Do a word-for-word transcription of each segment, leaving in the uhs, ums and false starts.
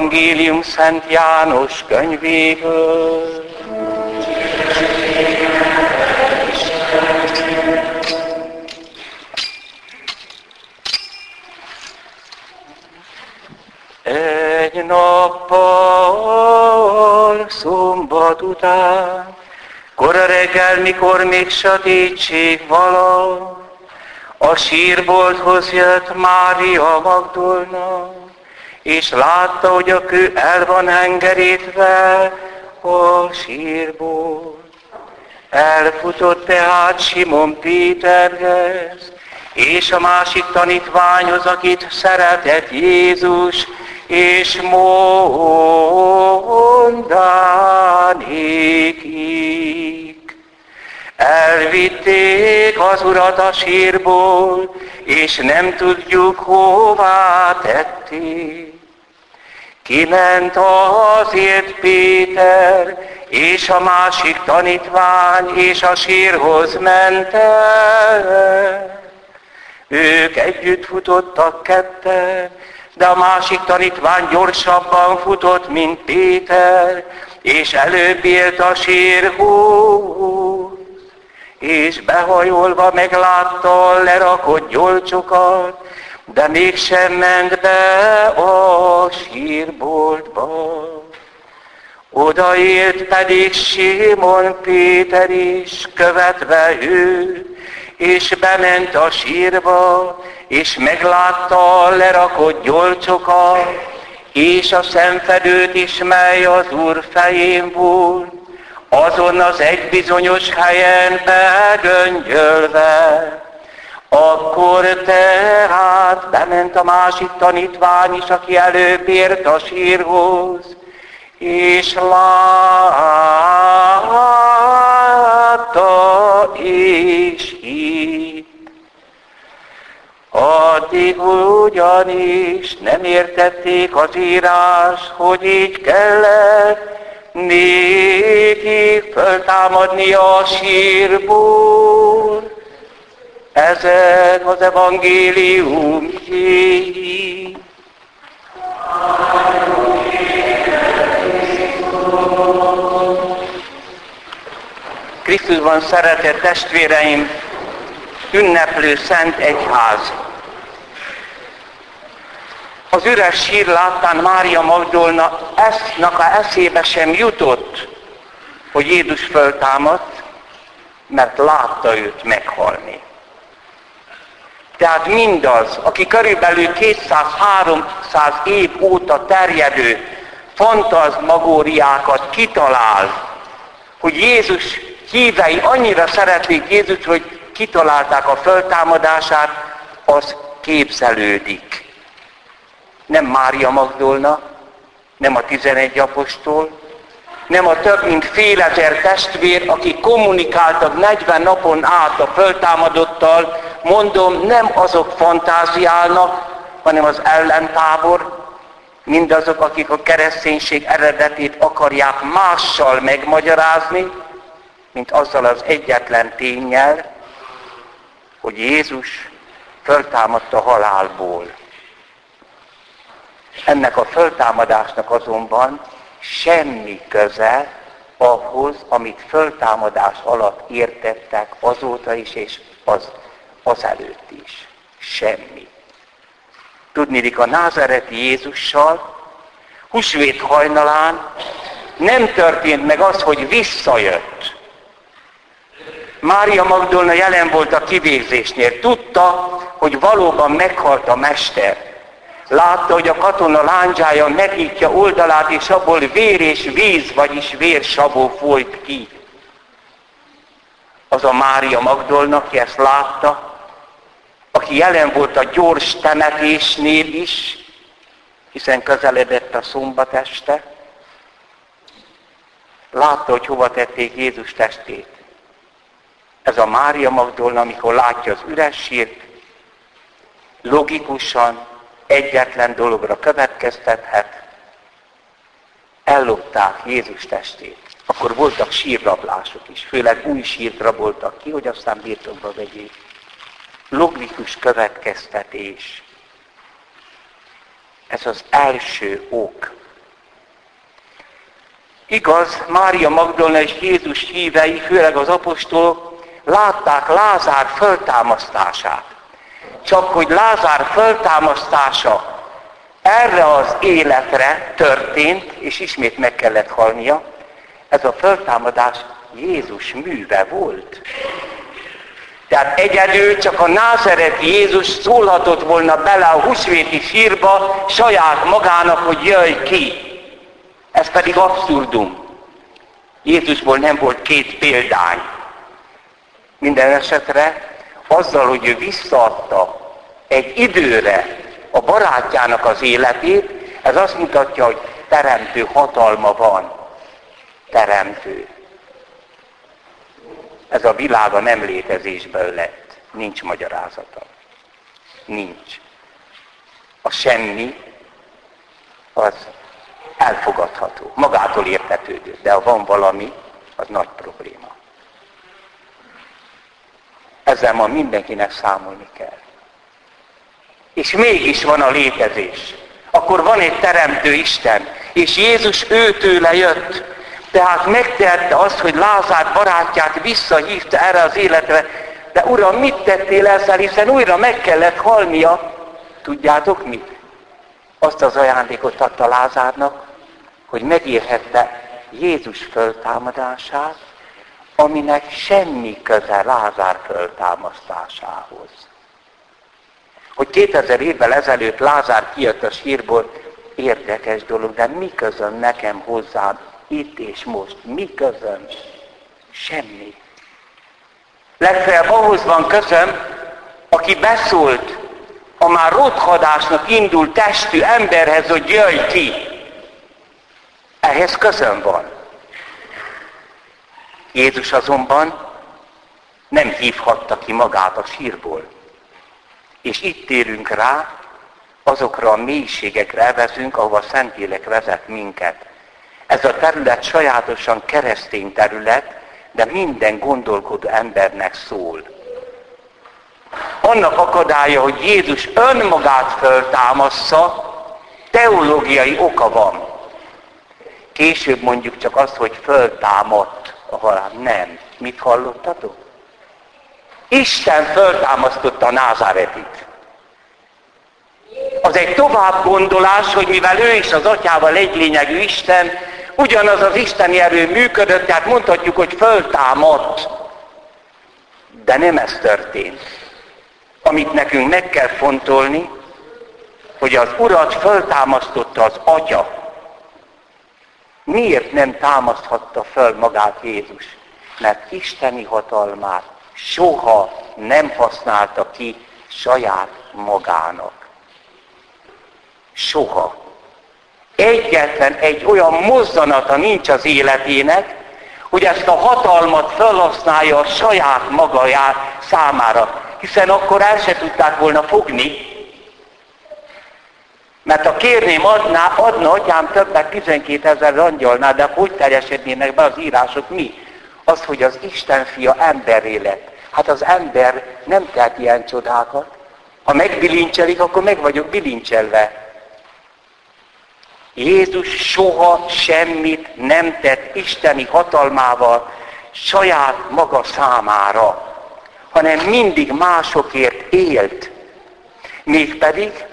Evangélium Szent János könyvéből. Egy nappal szombat után, kora reggel, mikor még sötétség vala, a sírbolthoz jött Mária Magdolna, és látta, hogy a kő el van hengerítve a sírból. Elfutott tehát Simon Péterhez, és a másik tanítványhoz, akit szeretett Jézus, és mondá nékik. Elvitték az Urat a sírból, és nem tudjuk, hová tették. Kiment azért Péter, és a másik tanítvány, és a sírhoz ment el. Ők együtt futottak ketten, de a másik tanítvány gyorsabban futott, mint Péter, és előbb ért a sírhoz, és behajolva meglátta a lerakott gyolcsokat, de mégsem ment be a sírboltba. Odaért pedig Simon Péter is, követve őt, és bement a sírba, és meglátta a lerakott gyolcsokat, és a szemfedőt is, mely az Úr fején volt, azon az egy bizonyos helyen begöngyölve. Akkor tehát bement a másik tanítvány is, aki előbb ért a sírhoz, és látta, és hitt. Addig ugyanis nem értették az írás, hogy így kellett néki föltámadni a sírból. Ezek az evangélium híri. Krisztusban szeretett testvéreim, ünneplő Szent Egyház. Az üres sír láttán Mária Magdolna esznak a eszébe sem jutott, hogy Jézus föltámadt, mert látta őt meghalni. Tehát mindaz, aki körülbelül kétszáz-háromszáz év óta terjedő fantazmagóriákat kitalál, hogy Jézus hívei annyira szeretnék Jézus, hogy kitalálták a föltámadását, az képzelődik. Nem Mária Magdolna, nem a tizenegy apostol, nem a több mint fél ezer testvér, akik kommunikáltak negyven napon át a föltámadottal, mondom, nem azok fantáziálnak, hanem az ellentábor, mindazok, akik a kereszténység eredetét akarják mással megmagyarázni, mint azzal az egyetlen ténnyel, hogy Jézus föltámadt a halálból. Ennek a föltámadásnak azonban semmi köze ahhoz, amit föltámadás alatt értettek azóta is, és az, azelőtt is. Semmi. Tudniillik, a názáreti Jézussal húsvét hajnalán nem történt meg az, hogy visszajött. Mária Magdolna jelen volt a kivégzésnél. Tudta, hogy valóban meghalt a Mester. Látta, hogy a katona lándzsája megnyitja oldalát, és abból vér és víz, vagyis vérsavó folyt ki. Az a Mária Magdolna, aki ezt látta, aki jelen volt a gyors temetésnél is, hiszen közeledett a szombat este, látta, hogy hova tették Jézus testét. Ez a Mária Magdolna, amikor látja az üres sírt, logikusan egyetlen dologra következtethet, ellopták Jézus testét. Akkor voltak sírrablások is, főleg új sírt raboltak ki, hogy aztán birtokba vegyék. Logikus következtetés. Ez az első ok, Igaz, Mária Magdolna és Jézus hívei, főleg az apostolok, látták Lázár föltámasztását. Csak hogy Lázár föltámasztása erre az életre történt, és ismét meg kellett halnia, ez a föltámadás Jézus műve volt. Tehát egyedül csak a názereti Jézus szólhatott volna bele a húsvéti sírba saját magának, hogy jöjj ki. Ez pedig abszurdum. Jézusból nem volt két példány. Minden esetre azzal, hogy ő visszaadta egy időre a barátjának az életét, ez azt mutatja, hogy teremtő hatalma van. Teremtő. Ez a világ a nem létezésből lett. Nincs magyarázata. Nincs. A semmi az elfogadható, magától értetődő, de ha van valami, az nagy probléma. Ezzel ma mindenkinek számolni kell. És mégis van a létezés. Akkor van egy teremtő Isten, és Jézus őtőle jött. Tehát megtehette azt, hogy Lázár barátját visszahívta erre az életre. De Uram, mit tettél ezzel, hiszen újra meg kellett halnia. Tudjátok mit? Azt az ajándékot adta Lázárnak, hogy megérhette Jézus föltámadását, aminek semmi köze Lázár föltámasztásához. Hogy kétezer évvel ezelőtt Lázár kijött a sírból, érdekes dolog, de mi közöm nekem hozzád itt és most? Mi közöm? Semmi. Legfeljebb ahhoz van közöm, aki beszólt a már rothadásnak indult testű emberhez, hogy jöjj ki. Ehhez közöm van. Jézus azonban nem hívhatta ki magát a sírból. És itt térünk rá, azokra a mélységekre elvezünk, ahova a Szentlélek vezet minket. Ez a terület sajátosan keresztény terület, de minden gondolkodó embernek szól. Annak akadálya, hogy Jézus önmagát föltámassza, teológiai oka van. Később mondjuk csak azt, hogy föltámadt a halál. Nem. Mit hallottatok? Isten föltámasztotta a Názáretit. Az egy tovább gondolás, hogy mivel ő is az atyával egy lényegű Isten, ugyanaz az isteni erő működött, tehát mondhatjuk, hogy föltámadt. De nem ez történt. Amit nekünk meg kell fontolni, hogy az Urat föltámasztotta az Atya. Miért nem támaszthatta föl magát Jézus? Mert isteni hatalmát soha nem használta ki saját magának. Soha. Egyetlen egy olyan mozzanata nincs az életének, hogy ezt a hatalmat felhasználja a saját maga számára. Hiszen akkor el se tudták volna fogni. Mert ha kérném, adná, adna atyám többet tizenkétezer angyalnál, de hogy teljesednének be az írások mi? Az, hogy az Isten fia emberré lett. Hát az ember nem tehet ilyen csodákat. Ha megbilincselik, akkor meg vagyok bilincselve. Jézus soha semmit nem tett isteni hatalmával saját maga számára, hanem mindig másokért élt. Mégpedig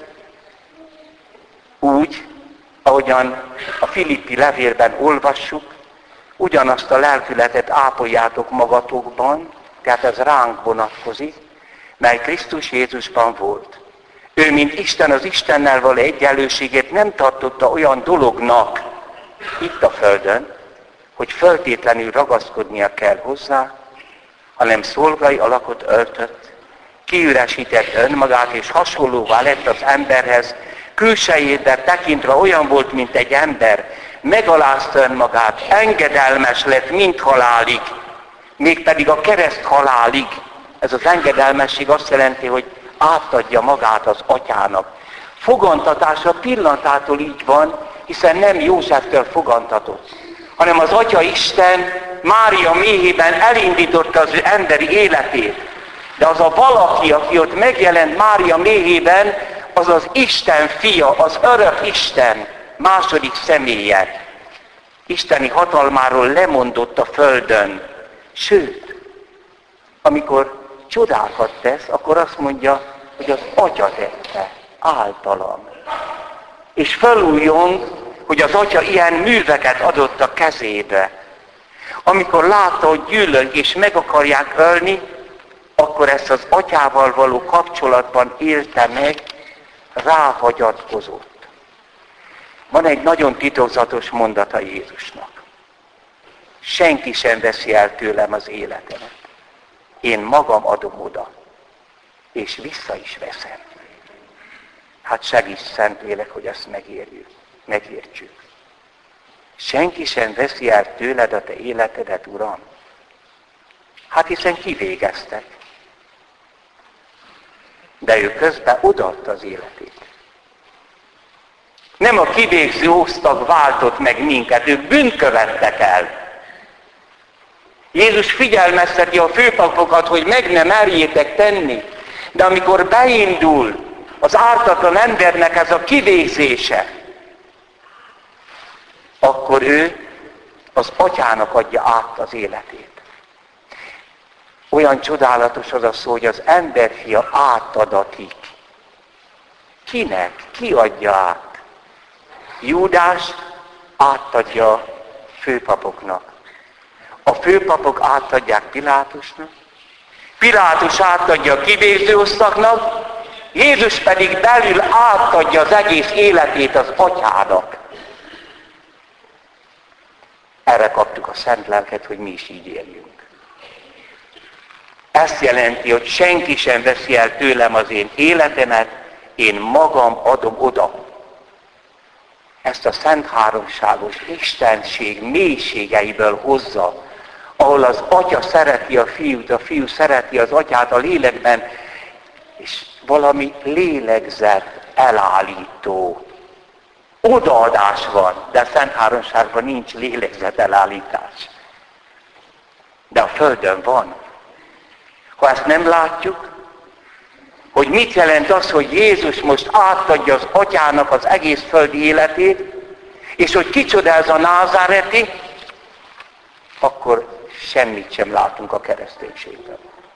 úgy, ahogyan a Filippi levélben olvassuk, ugyanazt a lelkületet ápoljátok magatokban, tehát ez ránk vonatkozik, mely Krisztus Jézusban volt. Ő, mint Isten az Istennel való egyenlőségét nem tartotta olyan dolognak itt a földön, hogy feltétlenül ragaszkodnia kell hozzá, hanem szolgai alakot öltött, kiüresített önmagát, és hasonlóvá lett az emberhez, külsejében tekintve olyan volt, mint egy ember, megalázta önmagát, engedelmes lett, mint halálig, mégpedig a kereszt halálig. Ez az engedelmesség azt jelenti, hogy átadja magát az atyának. Fogantatása pillantától így van, hiszen nem Józseftől fogantatott, hanem az Atya Isten Mária méhében elindította az ő emberi életét. De az a valaki, aki ott megjelent Mária méhében, az az Isten fia, az örök Isten második személye. isteni hatalmáról lemondott a földön. Sőt, amikor csodákat tesz, akkor azt mondja, hogy az Atya tette általam. És felújjong, hogy az Atya ilyen műveket adott a kezébe. Amikor látta, hogy gyűlölik és meg akarják ölni, akkor ezt az Atyával való kapcsolatban élte meg, ráhagyatkozott. Van egy nagyon titokzatos mondata Jézusnak. Senki sem veszi el tőlem az életemet. Én magam adom oda, és vissza is veszem. Hát segíts, Szentlélek, hogy ezt megérjük, megértsük. Senki sem veszi el tőled a te életedet, Uram. Hát hiszen kivégeztek. De ő közben odaadta az életét. Nem a kivégző osztag váltott meg minket, ők bűnt követtek el. Jézus figyelmezteti a főpapokat, hogy meg ne merjétek tenni. De amikor beindul az ártatlan embernek ez a kivégzése, akkor ő az Atyának adja át az életét. Olyan csodálatos az a szó, hogy az emberfia átadatik. Kinek? Ki adja át? Júdás átadja a főpapoknak. A főpapok átadják Pilátusnak. Pilátus átadja a kivégzőosztagnak. Jézus pedig belül átadja az egész életét az Atyának. Erre kaptuk a Szent Lelket, hogy mi is így éljünk. Ezt jelenti, hogy senki sem veszi el tőlem az én életemet, én magam adom oda. Ezt a Szent Háromságos Istenség mélységeiből hozza, ahol az Atya szereti a Fiút, a Fiú szereti az Atyát a lélekben, és valami lélegzett elállító odaadás van, de a Szent Háromságban nincs lélegzett elállítás. De a Földön van. Ha ezt nem látjuk, hogy mit jelent az, hogy Jézus most átadja az Atyának az egész földi életét, és hogy kicsoda ez a názáreti, akkor semmit sem látunk a kereszténységben.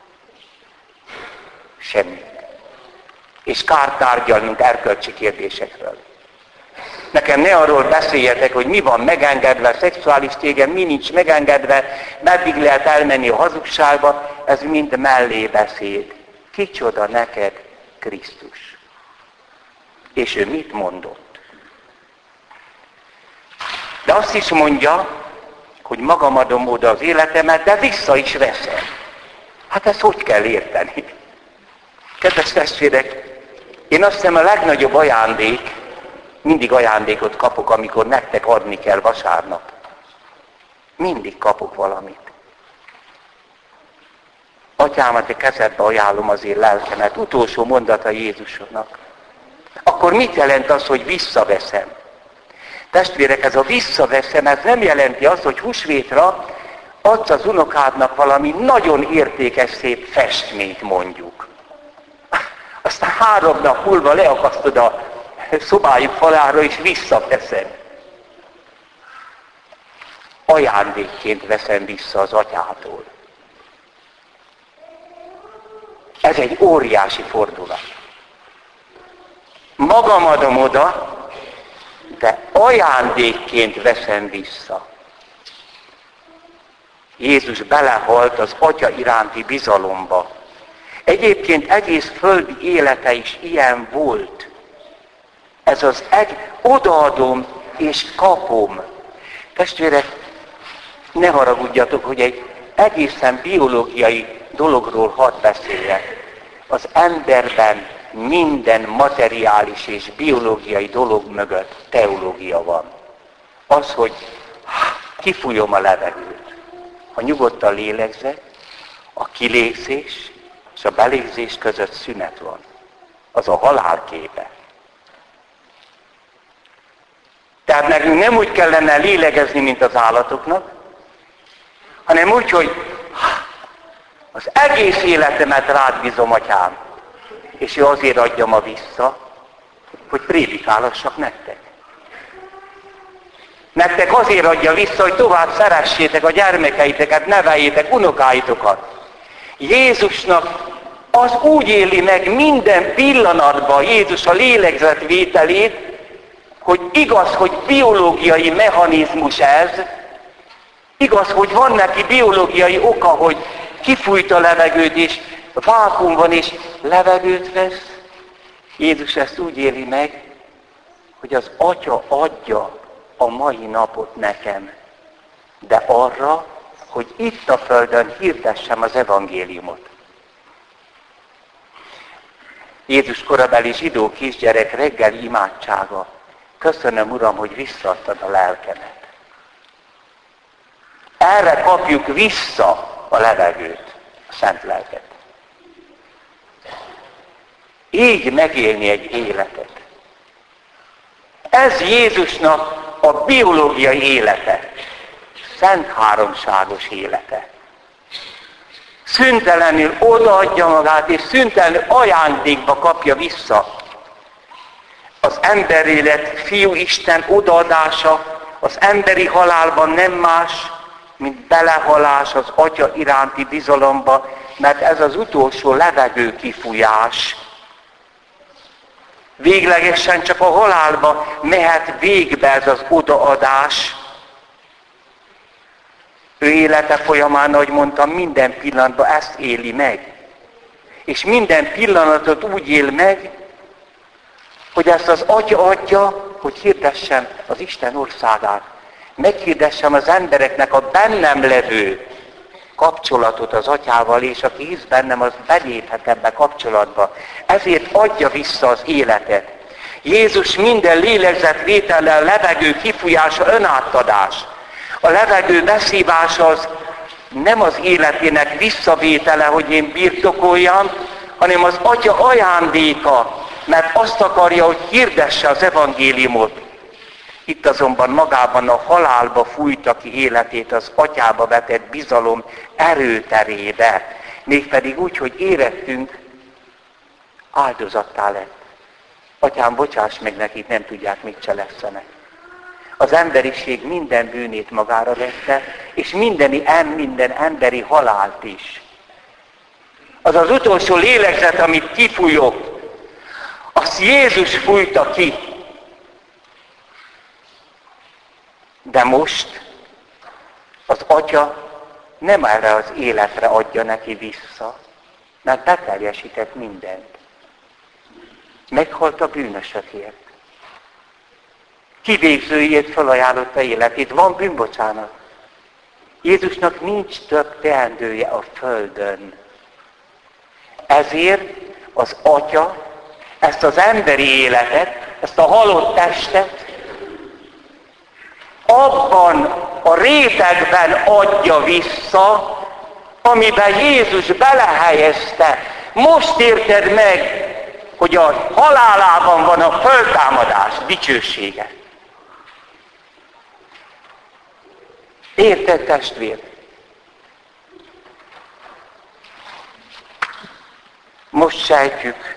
Semmit. És kár tárgyalnunk erkölcsi kérdésekről. Nekem ne arról beszéljetek, hogy mi van megengedve, szexuális tégen, mi nincs megengedve, meddig lehet elmenni a hazugságba, ez mind mellébeszéd. Kicsoda neked Krisztus? És ő mit mondott? De azt is mondja, hogy magam adom oda az életemet, de vissza is veszem. Hát ezt hogy kell érteni? Kedves testvérek, én azt hiszem a legnagyobb ajándék, mindig ajándékot kapok, amikor nektek adni kell vasárnap. Mindig kapok valamit. Atyám, a te kezedbe ajánlom az én lelkemet. Utolsó mondata Jézusnak. Akkor mit jelent az, hogy visszaveszem? Testvérek, ez a visszaveszem, ez nem jelenti azt, hogy húsvétra adsz az unokádnak valami nagyon értékes, szép festményt mondjuk. Aztán három nap múlva leakasztod a szobájuk falára, és visszaveszed. Ajándékként veszem vissza az Atyától. Ez egy óriási fordulat. Magam adom oda, de ajándékként veszem vissza. Jézus belehalt az Atya iránti bizalomba. Egyébként egész földi élete is ilyen volt. Ez az egy, odaadom és kapom. Testvérek, ne haragudjatok, hogy egy egészen biológiai dologról hadd beszéljek. Az emberben minden materiális és biológiai dolog mögött teológia van. Az, hogy kifújom a levegőt. Ha nyugodtan lélegzek, a kilégzés és a belégzés között szünet van. Az a halál képe. Tehát nekünk nem úgy kellene lélegezni, mint az állatoknak, hanem úgy, hogy az egész életemet rád bízom, Atyám, és ő azért adja ma vissza, hogy prédikálhassak nektek. Nektek azért adja vissza, hogy tovább szeressétek a gyermekeiteket, neveljétek unokáitokat. Jézusnak az úgy éli meg minden pillanatban Jézus a lélegzetvételét, hogy igaz, hogy biológiai mechanizmus ez, igaz, hogy van neki biológiai oka, hogy kifújt a levegőt, és vákuum van, és levegőt vesz. Jézus ezt úgy éli meg, hogy az Atya adja a mai napot nekem, de arra, hogy itt a földön hirdessem az evangéliumot. Jézus korabeli zsidó kisgyerek reggeli imádsága. Köszönöm, Uram, hogy visszaadtad a lelkemet. Erre kapjuk vissza a levegőt, a szent lelket. Így megélni egy életet. Ez Jézusnak a biológiai élete, szent háromságos élete. Szüntelenül odaadja magát, és szüntelenül ajándékba kapja vissza. Az emberélet fiú Isten odaadása az emberi halálban nem más, mint belehalás az Atya iránti bizalomba, mert ez az utolsó levegő kifújás. Véglegesen csak a halálba mehet végbe ez az odaadás. Ő élete folyamán, ahogy mondtam, minden pillanatban ezt éli meg. És minden pillanatot úgy él meg, hogy ezt az Atya adja, hogy hirdessem az Isten országát. Meghirdessem az embereknek a bennem levő kapcsolatot az Atyával, és aki hisz bennem, az beléphet ebbe kapcsolatba. Ezért adja vissza az életet. Jézus minden lélegzetvétellel, levegő kifújása, önátadás. A levegő beszívása az nem az életének visszavétele, hogy én birtokoljam, hanem az Atya ajándéka, mert azt akarja, hogy hirdesse az evangéliumot. Itt azonban magában a halálba fújta ki életét az Atyába vetett bizalom erőterébe. Mégpedig úgy, hogy érettünk, áldozattá lett. Atyám, bocsáss meg nekik, nem tudják, mit cselekszenek. Az emberiség minden bűnét magára vette, és mindeni, minden emberi halált is. Az az utolsó lélegzet, amit kifújok, azt Jézus fújta ki. De most az Atya nem erre az életre adja neki vissza, mert beteljesített mindent. Meghalt a bűnösökért. Kivégzőjét felajánlotta életét. Van bűnbocsánat. Jézusnak nincs több teendője a földön. Ezért az Atya ezt az emberi életet, ezt a halott testet abban a rétegben adja vissza, amiben Jézus belehelyezte. Most érted meg, hogy a halálában van a föltámadás dicsősége. Érted, testvér? Most sejtjük,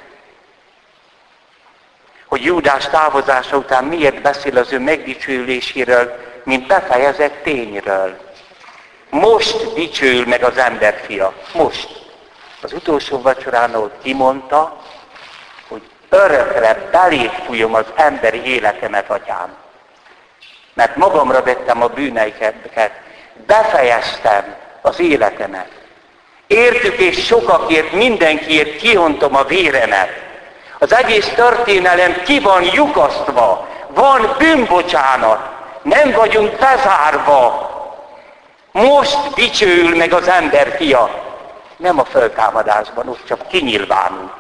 hogy Júdás távozása után miért beszél az ő megdicsőüléséről, mint befejezett tényről. Most dicsőül meg az emberfia. Most. Az utolsó vacsorán, ahol kimondta, hogy örökre belét fújom az emberi életemet, Atyám. Mert magamra vettem a bűneiket, befejeztem az életemet. Értük és sokakért, mindenkiért kiontom a véremet. Az egész történelem ki van lyukasztva, van bűnbocsánat, nem vagyunk bezárva. Most dicsőül meg az emberfia, nem a föltámadásban, ott csak kinyilvánul.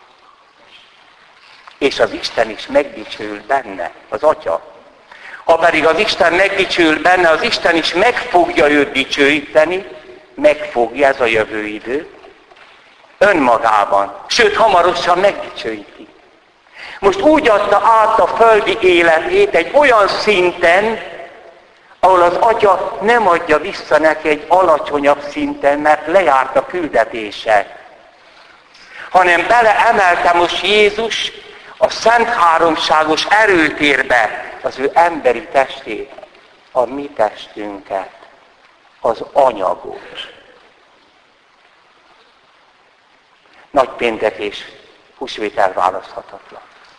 És az Isten is megdicsőül benne, az Atya. Ha pedig az Isten megdicsőül benne, az Isten is meg fogja őt dicsőíteni, meg fogja, ez a jövő idő, önmagában, sőt hamarosan megdicsőíti. Most úgy adta át a földi életét egy olyan szinten, ahol az Atya nem adja vissza neki egy alacsonyabb szinten, mert lejárt a küldetése, hanem beleemelte most Jézus a szent háromságos erőtérbe az ő emberi testét. a mi testünket, az anyagot. Nagypéntek és húsvét elválaszthatatlan.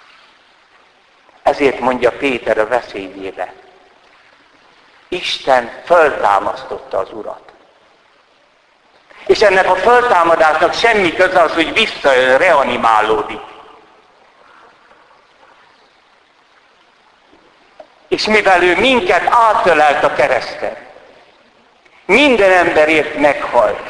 Ezért mondja Péter a beszédjébe, Isten föltámasztotta az Urat. És ennek a föltámadásnak semmi köze az, hogy visszajön, reanimálódik. És mivel ő minket átölelt a kereszten, minden emberért meghalt,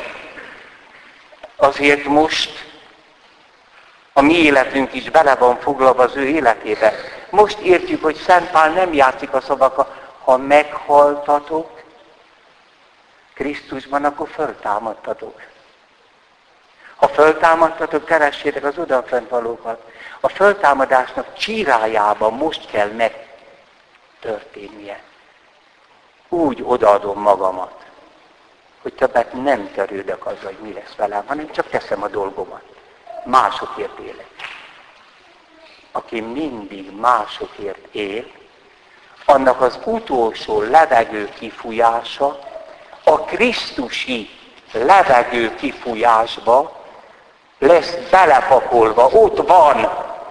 azért most a mi életünk is bele van foglalva az ő életébe. Most értjük, hogy Szent Pál nem játszik a szavakkal, ha meghaltatok Krisztusban, akkor föltámadtatok. Ha föltámadtatok, keressétek az odafent valókat. A föltámadásnak csírájában most kell megtörténnie. Úgy odaadom magamat, hogy többet nem törődök azzal, hogy mi lesz velem, hanem csak teszem a dolgomat. Másokért élek. Aki mindig másokért él, annak az utolsó levegő kifújása a krisztusi levegő kifújásba lesz belepakolva, ott van.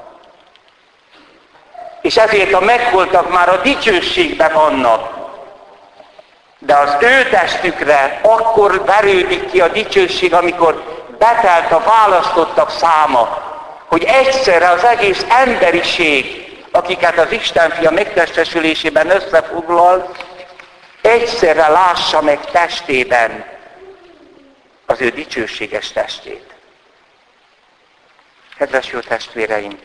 És ezért a megholtak már a dicsőségben vannak. De az ő testükre akkor verődik ki a dicsőség, amikor betelt a választottak száma, hogy egyszerre az egész emberiség, akiket az Isten fia megtestesülésében összefoglal, egyszerre lássa meg testében az ő dicsőséges testét. Kedves jó testvéreim!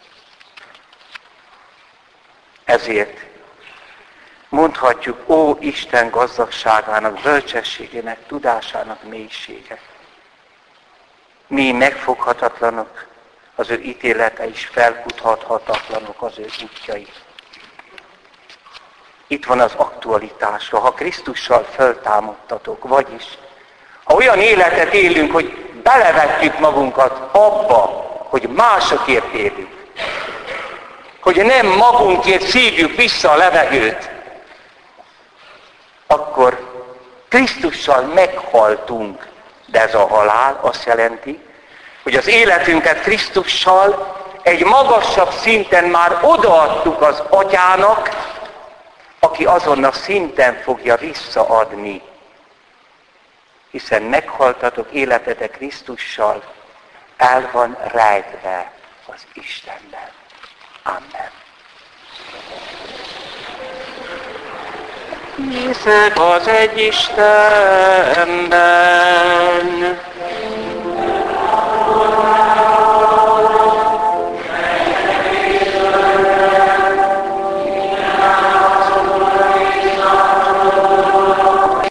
Ezért mondhatjuk, ó Isten gazdagságának, bölcsességének, tudásának mélysége. Mi megfoghatatlanok, az ő ítélete is felkutathatatlanok az ő útjai. Itt van az aktualitásra, ha Krisztussal föltámadtatok, vagyis ha olyan életet élünk, hogy belevettük magunkat abba, hogy másokért élünk, hogy nem magunkért szívjuk vissza a levegőt, akkor Krisztussal meghaltunk. De ez a halál azt jelenti, hogy az életünket Krisztussal egy magasabb szinten már odaadtuk az Atyának, aki azon a szinten fogja visszaadni. Hiszen meghaltatok, életetek Krisztussal, el van rejtve az Istenben. Amen. Hiszek az egy Istenben,